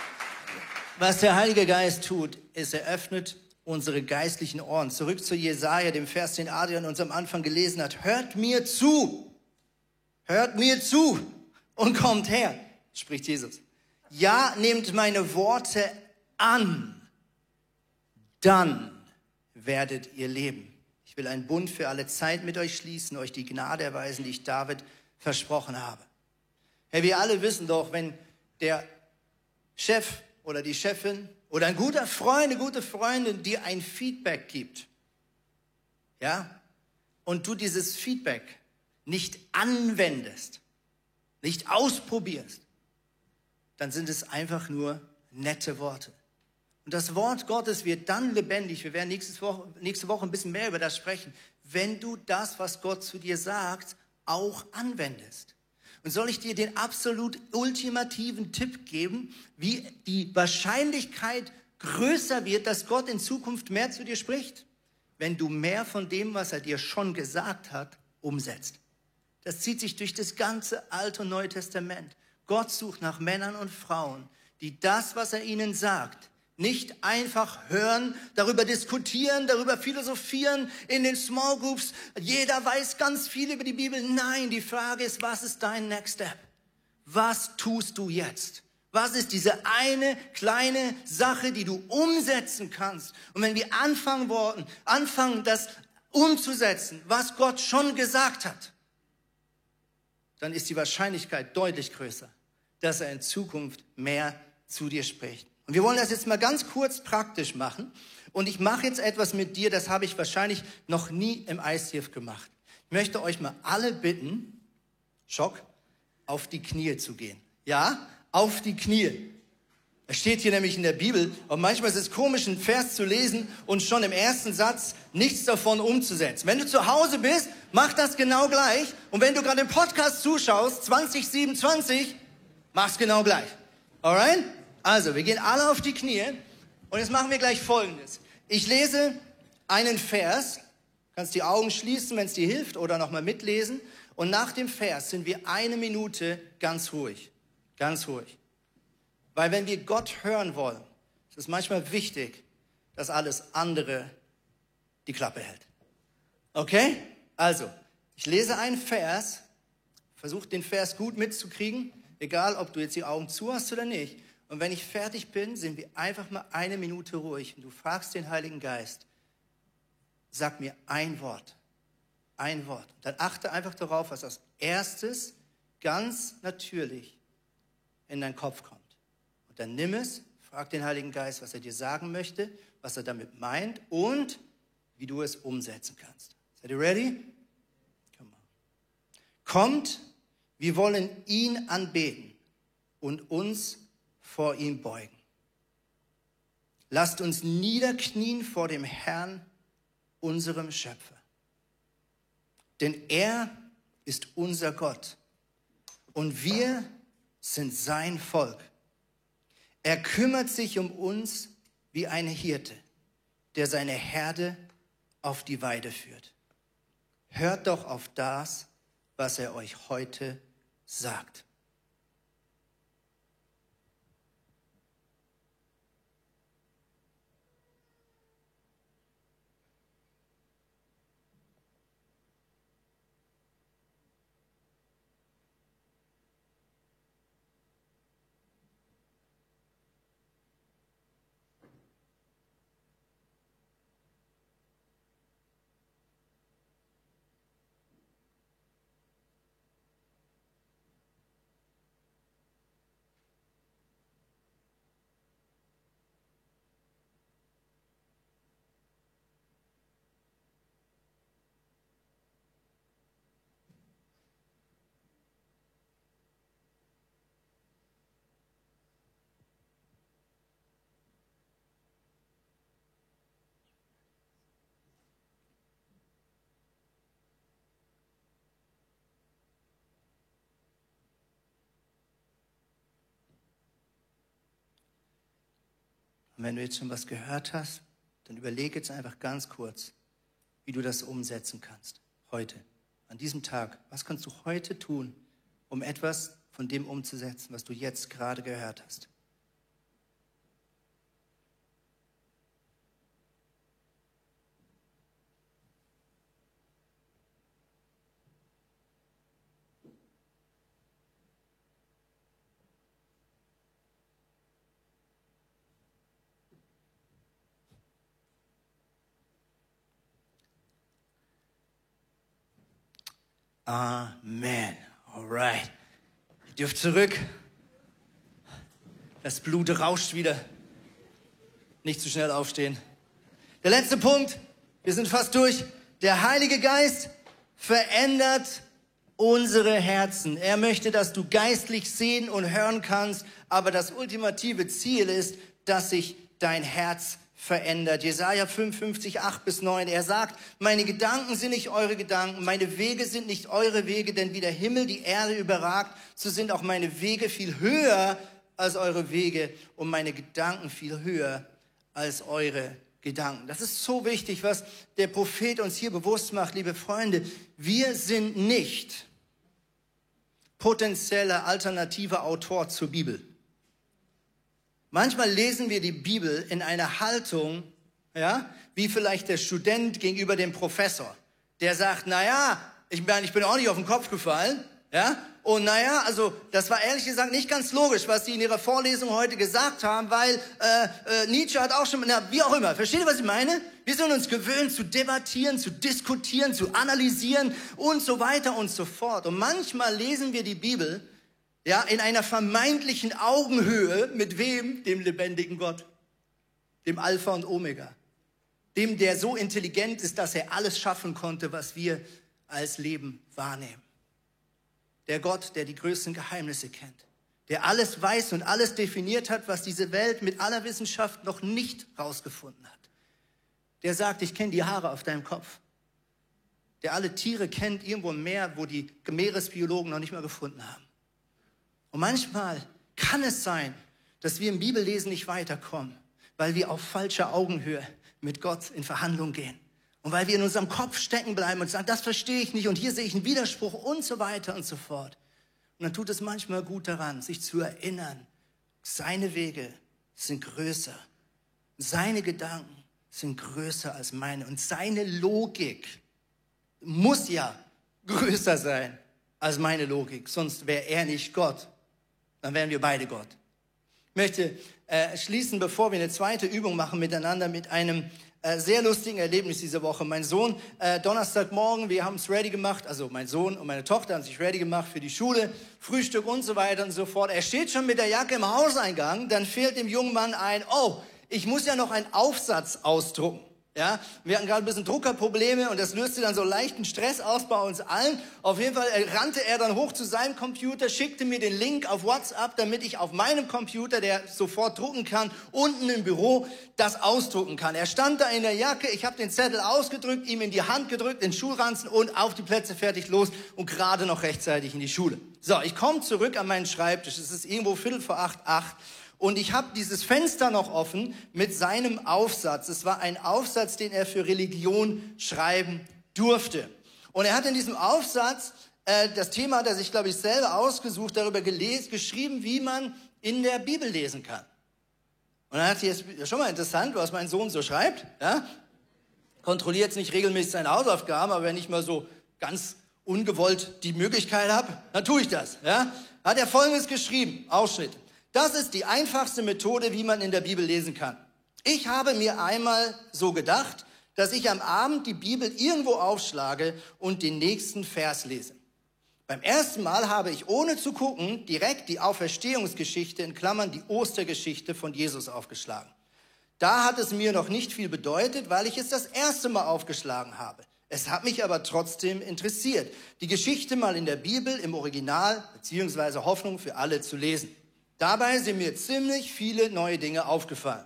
was der Heilige Geist tut, ist, er öffnet unsere geistlichen Ohren. Zurück zu Jesaja, dem Vers, den Adrian uns am Anfang gelesen hat. Hört mir zu und kommt her, spricht Jesus. Ja, nehmt meine Worte an, dann werdet ihr leben. Ich will einen Bund für alle Zeit mit euch schließen, euch die Gnade erweisen, die ich David versprochen habe. Hey, wir alle wissen doch, wenn der Chef oder die Chefin oder ein guter Freund, eine gute Freundin dir ein Feedback gibt, ja, und du dieses Feedback nicht anwendest, nicht ausprobierst, dann sind es einfach nur nette Worte. Und das Wort Gottes wird dann lebendig. Wir werden nächste Woche ein bisschen mehr über das sprechen, wenn du das, was Gott zu dir sagt, auch anwendest. Und soll ich dir den absolut ultimativen Tipp geben, wie die Wahrscheinlichkeit größer wird, dass Gott in Zukunft mehr zu dir spricht? Wenn du mehr von dem, was er dir schon gesagt hat, umsetzt. Das zieht sich durch das ganze Alte und Neue Testament. Gott sucht nach Männern und Frauen, die das, was er ihnen sagt, nicht einfach hören, darüber diskutieren, darüber philosophieren in den Small Groups. Jeder weiß ganz viel über die Bibel. Nein, die Frage ist, was ist dein Next Step? Was tust du jetzt? Was ist diese eine kleine Sache, die du umsetzen kannst? Und wenn wir anfangen, das umzusetzen, was Gott schon gesagt hat, dann ist die Wahrscheinlichkeit deutlich größer, dass er in Zukunft mehr zu dir spricht. Und wir wollen das jetzt mal ganz kurz praktisch machen. Und ich mache jetzt etwas mit dir, das habe ich wahrscheinlich noch nie im ICF gemacht. Ich möchte euch mal alle bitten, Schock, auf die Knie zu gehen. Ja, auf die Knie. Es steht hier nämlich in der Bibel, und manchmal ist es komisch, einen Vers zu lesen und schon im ersten Satz nichts davon umzusetzen. Wenn du zu Hause bist, mach das genau gleich. Und wenn du gerade im Podcast zuschaust, 2027, mach's genau gleich. Alright? Also, wir gehen alle auf die Knie und jetzt machen wir gleich Folgendes. Ich lese einen Vers, du kannst die Augen schließen, wenn es dir hilft, oder nochmal mitlesen. Und nach dem Vers sind wir 1 Minute ganz ruhig. Ganz ruhig. Weil wenn wir Gott hören wollen, ist es manchmal wichtig, dass alles andere die Klappe hält. Okay? Also, ich lese einen Vers, versuch den Vers gut mitzukriegen, egal ob du jetzt die Augen zu hast oder nicht. Und wenn ich fertig bin, sind wir einfach mal 1 Minute ruhig und du fragst den Heiligen Geist, sag mir ein Wort. Ein Wort. Dann achte einfach darauf, was als erstes ganz natürlich in deinen Kopf kommt. Und dann nimm es, frag den Heiligen Geist, was er dir sagen möchte, was er damit meint und wie du es umsetzen kannst. Seid ihr ready? Come on. Kommt, wir wollen ihn anbeten und uns vor ihm beugen. Lasst uns niederknien vor dem Herrn, unserem Schöpfer. Denn er ist unser Gott und wir sind sein Volk. Er kümmert sich um uns wie ein Hirte, der seine Herde auf die Weide führt. Hört doch auf das, was er euch heute sagt. Und wenn du jetzt schon was gehört hast, dann überlege jetzt einfach ganz kurz, wie du das umsetzen kannst. Heute, an diesem Tag. Was kannst du heute tun, um etwas von dem umzusetzen, was du jetzt gerade gehört hast? Amen. Alright. Ihr dürft zurück. Das Blut rauscht wieder. Nicht zu schnell aufstehen. Der letzte Punkt. Wir sind fast durch. Der Heilige Geist verändert unsere Herzen. Er möchte, dass du geistlich sehen und hören kannst, aber das ultimative Ziel ist, dass sich dein Herz verändert. Jesaja 55, 8-9. Er sagt, meine Gedanken sind nicht eure Gedanken, meine Wege sind nicht eure Wege, denn wie der Himmel die Erde überragt, so sind auch meine Wege viel höher als eure Wege und meine Gedanken viel höher als eure Gedanken. Das ist so wichtig, was der Prophet uns hier bewusst macht, liebe Freunde. Wir sind nicht potenzieller alternativer Autor zur Bibel. Manchmal lesen wir die Bibel in einer Haltung, ja, wie vielleicht der Student gegenüber dem Professor, der sagt, naja, ich bin auch nicht auf den Kopf gefallen, ja, und naja, also das war ehrlich gesagt nicht ganz logisch, was Sie in Ihrer Vorlesung heute gesagt haben, weil Nietzsche hat auch schon, wie auch immer, versteht ihr, was ich meine? Wir sind uns gewöhnt zu debattieren, zu diskutieren, zu analysieren und so weiter und so fort. Und manchmal lesen wir die Bibel, ja, in einer vermeintlichen Augenhöhe mit wem? Dem lebendigen Gott, dem Alpha und Omega, dem, der so intelligent ist, dass er alles schaffen konnte, was wir als Leben wahrnehmen. Der Gott, der die größten Geheimnisse kennt, der alles weiß und alles definiert hat, was diese Welt mit aller Wissenschaft noch nicht rausgefunden hat. Der sagt, ich kenne die Haare auf deinem Kopf. Der alle Tiere kennt irgendwo im Meer, wo die Meeresbiologen noch nicht mal gefunden haben. Und manchmal kann es sein, dass wir im Bibellesen nicht weiterkommen, weil wir auf falscher Augenhöhe mit Gott in Verhandlung gehen. Und weil wir in unserem Kopf stecken bleiben und sagen, das verstehe ich nicht und hier sehe ich einen Widerspruch und so weiter und so fort. Und dann tut es manchmal gut daran, sich zu erinnern, seine Wege sind größer, seine Gedanken sind größer als meine und seine Logik muss ja größer sein als meine Logik, sonst wäre er nicht Gott. Dann wären wir beide Gott. Ich möchte schließen, bevor wir eine zweite Übung machen miteinander, mit einem sehr lustigen Erlebnis diese Woche. Mein Sohn, Donnerstagmorgen, wir haben es ready gemacht, also mein Sohn und meine Tochter haben sich ready gemacht für die Schule, Frühstück und so weiter und so fort. Er steht schon mit der Jacke im Hauseingang, dann fällt dem jungen Mann ein, oh, ich muss ja noch einen Aufsatz ausdrucken. Ja, wir hatten gerade ein bisschen Druckerprobleme und das löste dann so leichten Stress aus bei uns allen. Auf jeden Fall rannte er dann hoch zu seinem Computer, schickte mir den Link auf WhatsApp, damit ich auf meinem Computer, der sofort drucken kann, unten im Büro das ausdrucken kann. Er stand da in der Jacke, ich habe den Zettel ausgedrückt, ihm in die Hand gedrückt, den Schulranzen und auf die Plätze, fertig, los und gerade noch rechtzeitig in die Schule. So, ich komme zurück an meinen Schreibtisch, es ist irgendwo 7:45, und ich habe dieses Fenster noch offen mit seinem Aufsatz. Es war ein Aufsatz, den er für Religion schreiben durfte. Und er hat in diesem Aufsatz, das Thema hat er sich, glaube ich, selber ausgesucht, darüber geschrieben, wie man in der Bibel lesen kann. Und dann hat er, ja, schon mal interessant, was mein Sohn so schreibt. Ja? Kontrolliert nicht regelmäßig seine Hausaufgaben, aber wenn ich mal so ganz ungewollt die Möglichkeit habe, dann tue ich das. Ja? Hat er Folgendes geschrieben, Ausschnitt. Das ist die einfachste Methode, wie man in der Bibel lesen kann. Ich habe mir einmal so gedacht, dass ich am Abend die Bibel irgendwo aufschlage und den nächsten Vers lese. Beim ersten Mal habe ich ohne zu gucken direkt die Auferstehungsgeschichte, in Klammern die Ostergeschichte von Jesus aufgeschlagen. Da hat es mir noch nicht viel bedeutet, weil ich es das erste Mal aufgeschlagen habe. Es hat mich aber trotzdem interessiert, die Geschichte mal in der Bibel im Original bzw. Hoffnung für alle zu lesen. Dabei sind mir ziemlich viele neue Dinge aufgefallen.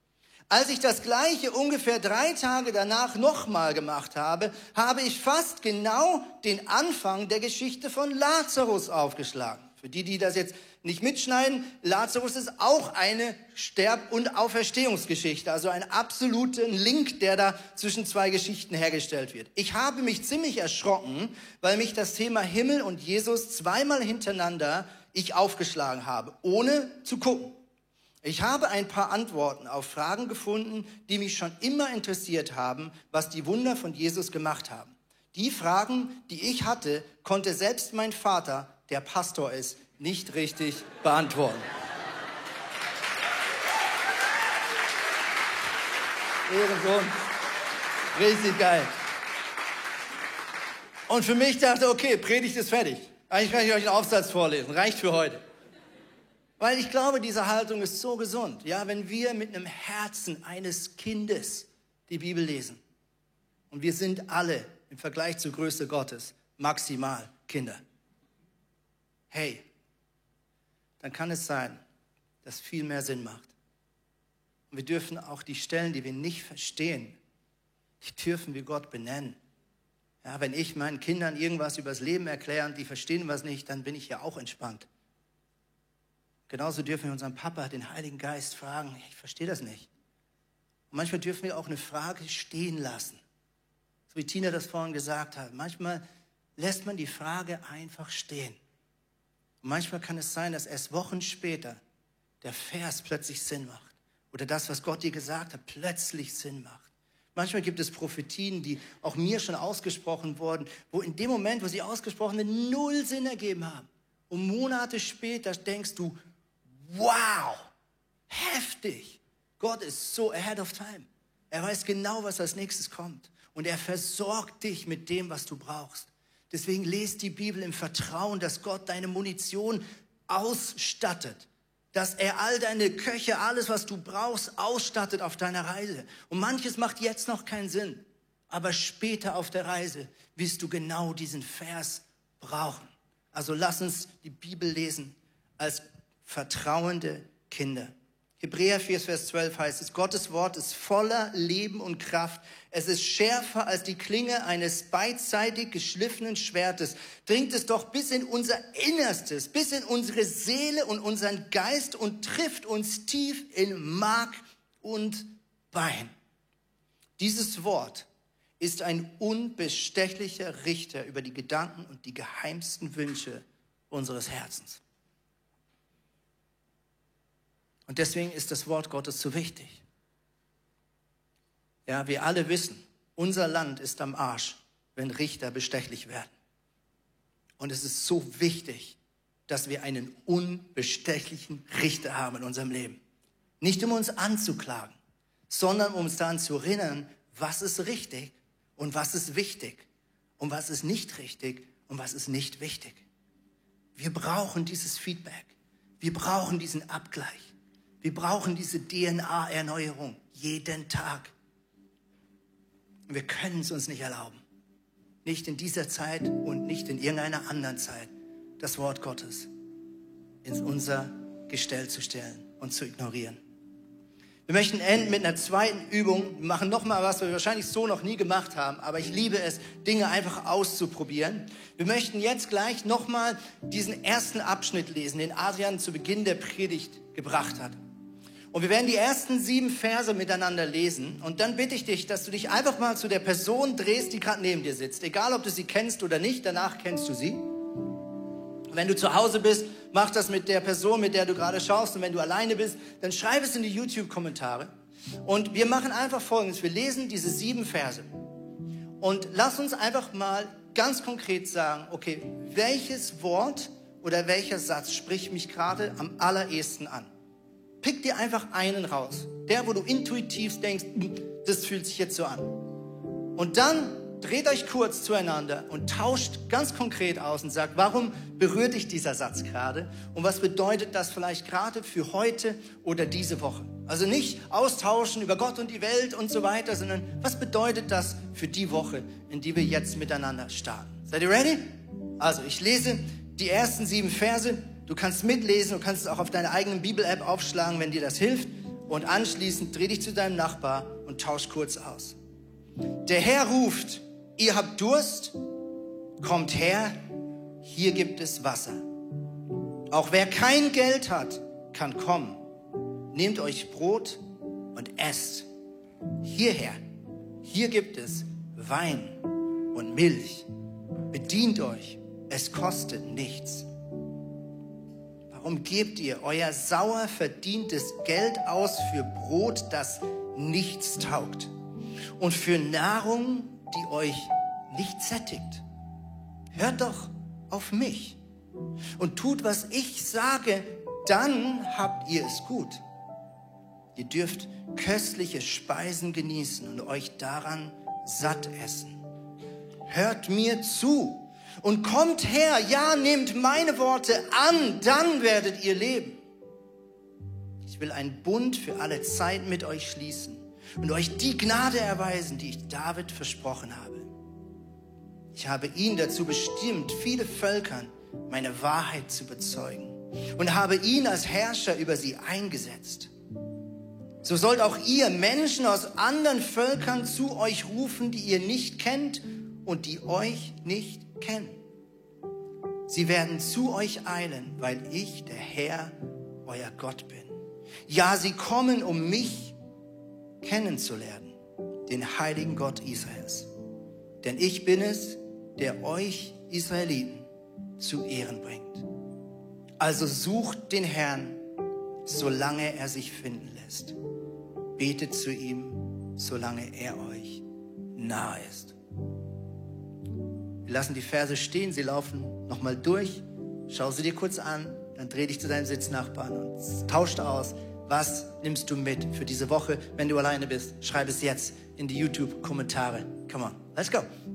Als ich das Gleiche ungefähr 3 Tage danach nochmal gemacht habe, habe ich fast genau den Anfang der Geschichte von Lazarus aufgeschlagen. Für die das jetzt nicht mitschneiden, Lazarus ist auch eine Sterb- und Auferstehungsgeschichte, also ein absoluter Link, der da zwischen 2 Geschichten hergestellt wird. Ich habe mich ziemlich erschrocken, weil mich das Thema Himmel und Jesus 2-mal hintereinander aufgeschlagen habe, ohne zu gucken. Ich habe ein paar Antworten auf Fragen gefunden, die mich schon immer interessiert haben, was die Wunder von Jesus gemacht haben. Die Fragen, die ich hatte, konnte selbst mein Vater, der Pastor ist, nicht richtig beantworten. Ehrensohn. Richtig geil. Und für mich dachte, okay, Predigt ist fertig. Eigentlich kann ich euch einen Aufsatz vorlesen, reicht für heute. Weil ich glaube, diese Haltung ist so gesund. Ja, wenn wir mit einem Herzen eines Kindes die Bibel lesen. Und wir sind alle im Vergleich zur Größe Gottes maximal Kinder. Hey, dann kann es sein, dass viel mehr Sinn macht. Und wir dürfen auch die Stellen, die wir nicht verstehen, die dürfen wir Gott benennen. Ja, wenn ich meinen Kindern irgendwas über das Leben erkläre und die verstehen was nicht, dann bin ich ja auch entspannt. Genauso dürfen wir unseren Papa, den Heiligen Geist, fragen, ich verstehe das nicht. Und manchmal dürfen wir auch eine Frage stehen lassen. So wie Tina das vorhin gesagt hat. Manchmal lässt man die Frage einfach stehen. Und manchmal kann es sein, dass erst Wochen später der Vers plötzlich Sinn macht. Oder das, was Gott dir gesagt hat, plötzlich Sinn macht. Manchmal gibt es Prophetien, die auch mir schon ausgesprochen wurden, wo in dem Moment, wo sie ausgesprochen werden, null Sinn ergeben haben. Und Monate später denkst du, wow, heftig. Gott ist so ahead of time. Er weiß genau, was als nächstes kommt. Und er versorgt dich mit dem, was du brauchst. Deswegen lest die Bibel im Vertrauen, dass Gott deine Munition ausstattet. Dass er all deine Köche, alles, was du brauchst, ausstattet auf deiner Reise. Und manches macht jetzt noch keinen Sinn. Aber später auf der Reise wirst du genau diesen Vers brauchen. Also lass uns die Bibel lesen als vertrauende Kinder. Hebräer 4, Vers 12 heißt es, Gottes Wort ist voller Leben und Kraft. Es ist schärfer als die Klinge eines beidseitig geschliffenen Schwertes. Dringt es doch bis in unser Innerstes, bis in unsere Seele und unseren Geist und trifft uns tief in Mark und Bein. Dieses Wort ist ein unbestechlicher Richter über die Gedanken und die geheimsten Wünsche unseres Herzens. Und deswegen ist das Wort Gottes so wichtig. Ja, wir alle wissen, unser Land ist am Arsch, wenn Richter bestechlich werden. Und es ist so wichtig, dass wir einen unbestechlichen Richter haben in unserem Leben. Nicht um uns anzuklagen, sondern um uns daran zu erinnern, was ist richtig und was ist wichtig und was ist nicht richtig und was ist nicht wichtig. Wir brauchen dieses Feedback. Wir brauchen diesen Abgleich. Wir brauchen diese DNA-Erneuerung jeden Tag. Und wir können es uns nicht erlauben. Nicht in dieser Zeit und nicht in irgendeiner anderen Zeit, das Wort Gottes in unser Gestell zu stellen und zu ignorieren. Wir möchten enden mit einer zweiten Übung. Wir machen nochmal was, was wir wahrscheinlich so noch nie gemacht haben. Aber ich liebe es, Dinge einfach auszuprobieren. Wir möchten jetzt gleich nochmal diesen ersten Abschnitt lesen, den Adrian zu Beginn der Predigt gebracht hat. Und wir werden die ersten 7 Verse miteinander lesen. Und dann bitte ich dich, dass du dich einfach mal zu der Person drehst, die gerade neben dir sitzt. Egal, ob du sie kennst oder nicht, danach kennst du sie. Wenn du zu Hause bist, mach das mit der Person, mit der du gerade schaust. Und wenn du alleine bist, dann schreib es in die YouTube-Kommentare. Und wir machen einfach Folgendes. Wir lesen diese 7 Verse. Und lass uns einfach mal ganz konkret sagen, okay, welches Wort oder welcher Satz spricht mich gerade am allerersten an? Pick dir einfach einen raus. Der, wo du intuitiv denkst, das fühlt sich jetzt so an. Und dann dreht euch kurz zueinander und tauscht ganz konkret aus und sagt, warum berührt dich dieser Satz gerade? Und was bedeutet das vielleicht gerade für heute oder diese Woche? Also nicht austauschen über Gott und die Welt und so weiter, sondern was bedeutet das für die Woche, in die wir jetzt miteinander starten? Seid ihr ready? Also ich lese die ersten 7 Verse. Du kannst mitlesen, du kannst es auch auf deiner eigenen Bibel-App aufschlagen, wenn dir das hilft. Und anschließend dreh dich zu deinem Nachbar und tausch kurz aus. Der Herr ruft, ihr habt Durst, kommt her, hier gibt es Wasser. Auch wer kein Geld hat, kann kommen. Nehmt euch Brot und esst. Hierher, hier gibt es Wein und Milch. Bedient euch, es kostet nichts. Warum gebt ihr euer sauer verdientes Geld aus für Brot, das nichts taugt? Und für Nahrung, die euch nicht sättigt? Hört doch auf mich und tut, was ich sage, dann habt ihr es gut. Ihr dürft köstliche Speisen genießen und euch daran satt essen. hört mir zu und kommt her, ja, nehmt meine Worte an, dann werdet ihr leben. Ich will einen Bund für alle Zeit mit euch schließen und euch die Gnade erweisen, die ich David versprochen habe. Ich habe ihn dazu bestimmt, viele Völkern meine Wahrheit zu bezeugen und habe ihn als Herrscher über sie eingesetzt. So sollt auch ihr Menschen aus anderen Völkern zu euch rufen, die ihr nicht kennt und die euch nicht kennen. Sie werden zu euch eilen, weil ich, der Herr, euer Gott bin. Ja, sie kommen, um mich kennenzulernen, den heiligen Gott Israels. Denn ich bin es, der euch Israeliten zu Ehren bringt. Also sucht den Herrn, solange er sich finden lässt. Betet zu ihm, solange er euch nahe ist. Wir lassen die Verse stehen, sie laufen nochmal durch. Schau sie dir kurz an, dann dreh dich zu deinem Sitznachbarn und tauscht aus. Was nimmst du mit für diese Woche? Wenn du alleine bist, schreib es jetzt in die YouTube-Kommentare. Come on, let's go.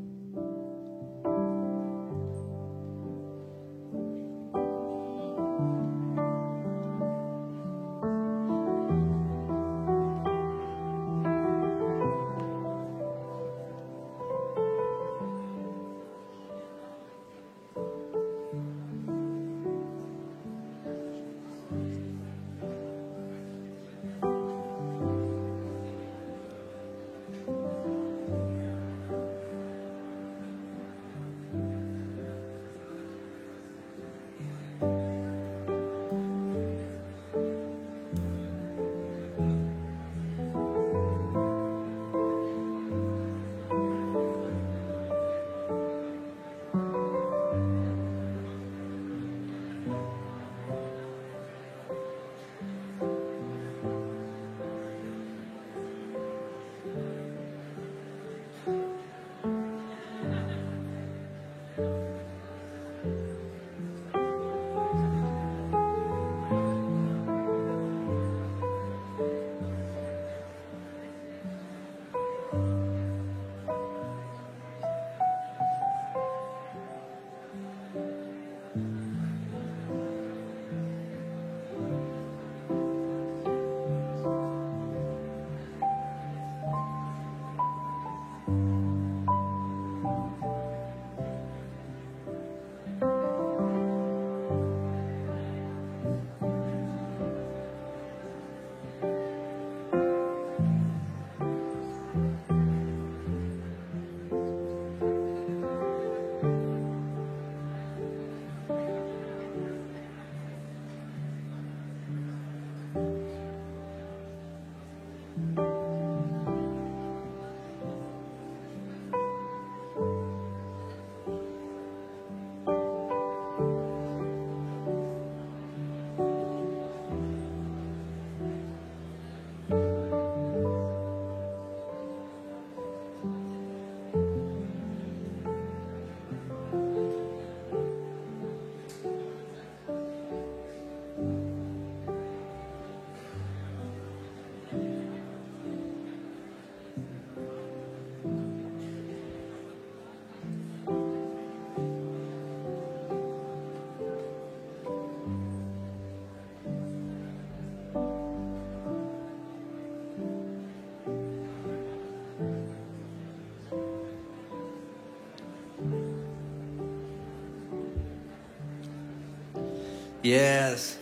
Yes.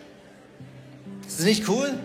Ist das nicht cool?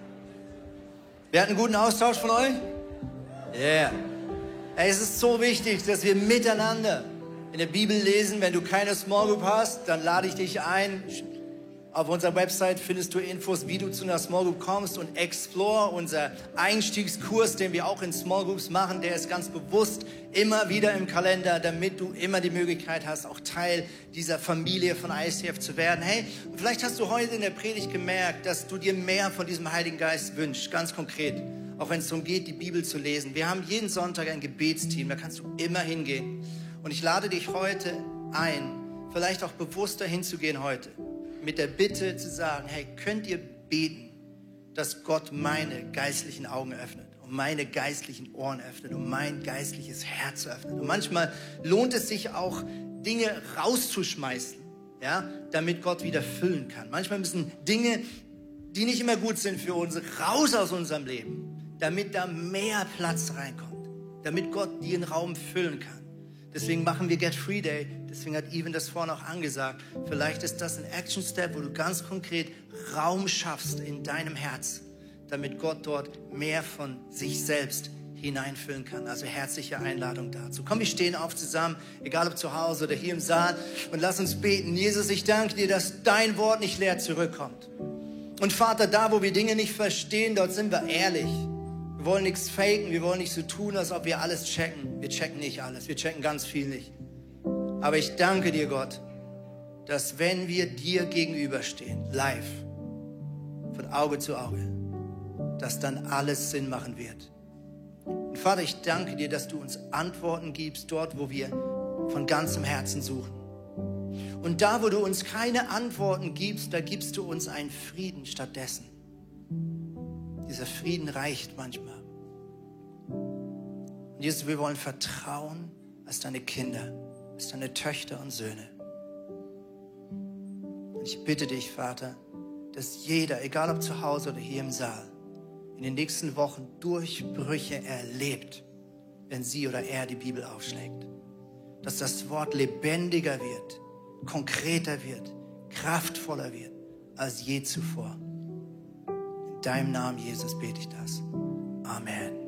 Wir hatten einen guten Austausch von euch? Yeah. Hey, es ist so wichtig, dass wir miteinander in der Bibel lesen. Wenn du keine Small Group hast, dann lade ich dich ein. Auf unserer Website findest du Infos, wie du zu einer Small Group kommst, und Explore, unser Einstiegskurs, den wir auch in Small Groups machen, der ist ganz bewusst immer wieder im Kalender, damit du immer die Möglichkeit hast, auch Teil dieser Familie von ICF zu werden. Hey, und vielleicht hast du heute in der Predigt gemerkt, dass du dir mehr von diesem Heiligen Geist wünschst, ganz konkret, auch wenn es darum geht, die Bibel zu lesen. Wir haben jeden Sonntag ein Gebetsteam, da kannst du immer hingehen. Und ich lade dich heute ein, vielleicht auch bewusster hinzugehen heute, mit der Bitte zu sagen, hey, könnt ihr beten, dass Gott meine geistlichen Augen öffnet und und meine geistlichen Ohren öffnet und mein geistliches Herz öffnet. Und manchmal lohnt es sich auch, Dinge rauszuschmeißen, ja, damit Gott wieder füllen kann. Manchmal müssen Dinge, die nicht immer gut sind für uns, raus aus unserem Leben, damit da mehr Platz reinkommt, damit Gott den Raum füllen kann. Deswegen machen wir Get Free Day. Deswegen hat Even das vorhin auch angesagt. Vielleicht ist das ein Action Step, wo du ganz konkret Raum schaffst in deinem Herz, damit Gott dort mehr von sich selbst hineinfüllen kann. Also herzliche Einladung dazu. Komm, wir stehen auf zusammen, egal ob zu Hause oder hier im Saal, und lass uns beten. Jesus, ich danke dir, dass dein Wort nicht leer zurückkommt. Und Vater, da, wo wir Dinge nicht verstehen, dort sind wir ehrlich. Wir wollen nichts faken, wir wollen nicht so tun, als ob wir alles checken. Wir checken nicht alles, wir checken ganz viel nicht. Aber ich danke dir, Gott, dass wenn wir dir gegenüberstehen, live, von Auge zu Auge, dass dann alles Sinn machen wird. Und Vater, ich danke dir, dass du uns Antworten gibst, dort, wo wir von ganzem Herzen suchen. Und da, wo du uns keine Antworten gibst, da gibst du uns einen Frieden stattdessen. Dieser Frieden reicht manchmal. Und Jesus, wir wollen vertrauen als deine Kinder, als deine Töchter und Söhne. Und ich bitte dich, Vater, dass jeder, egal ob zu Hause oder hier im Saal, in den nächsten Wochen Durchbrüche erlebt, wenn sie oder er die Bibel aufschlägt. Dass das Wort lebendiger wird, konkreter wird, kraftvoller wird als je zuvor. In deinem Namen, Jesus, bete ich das. Amen.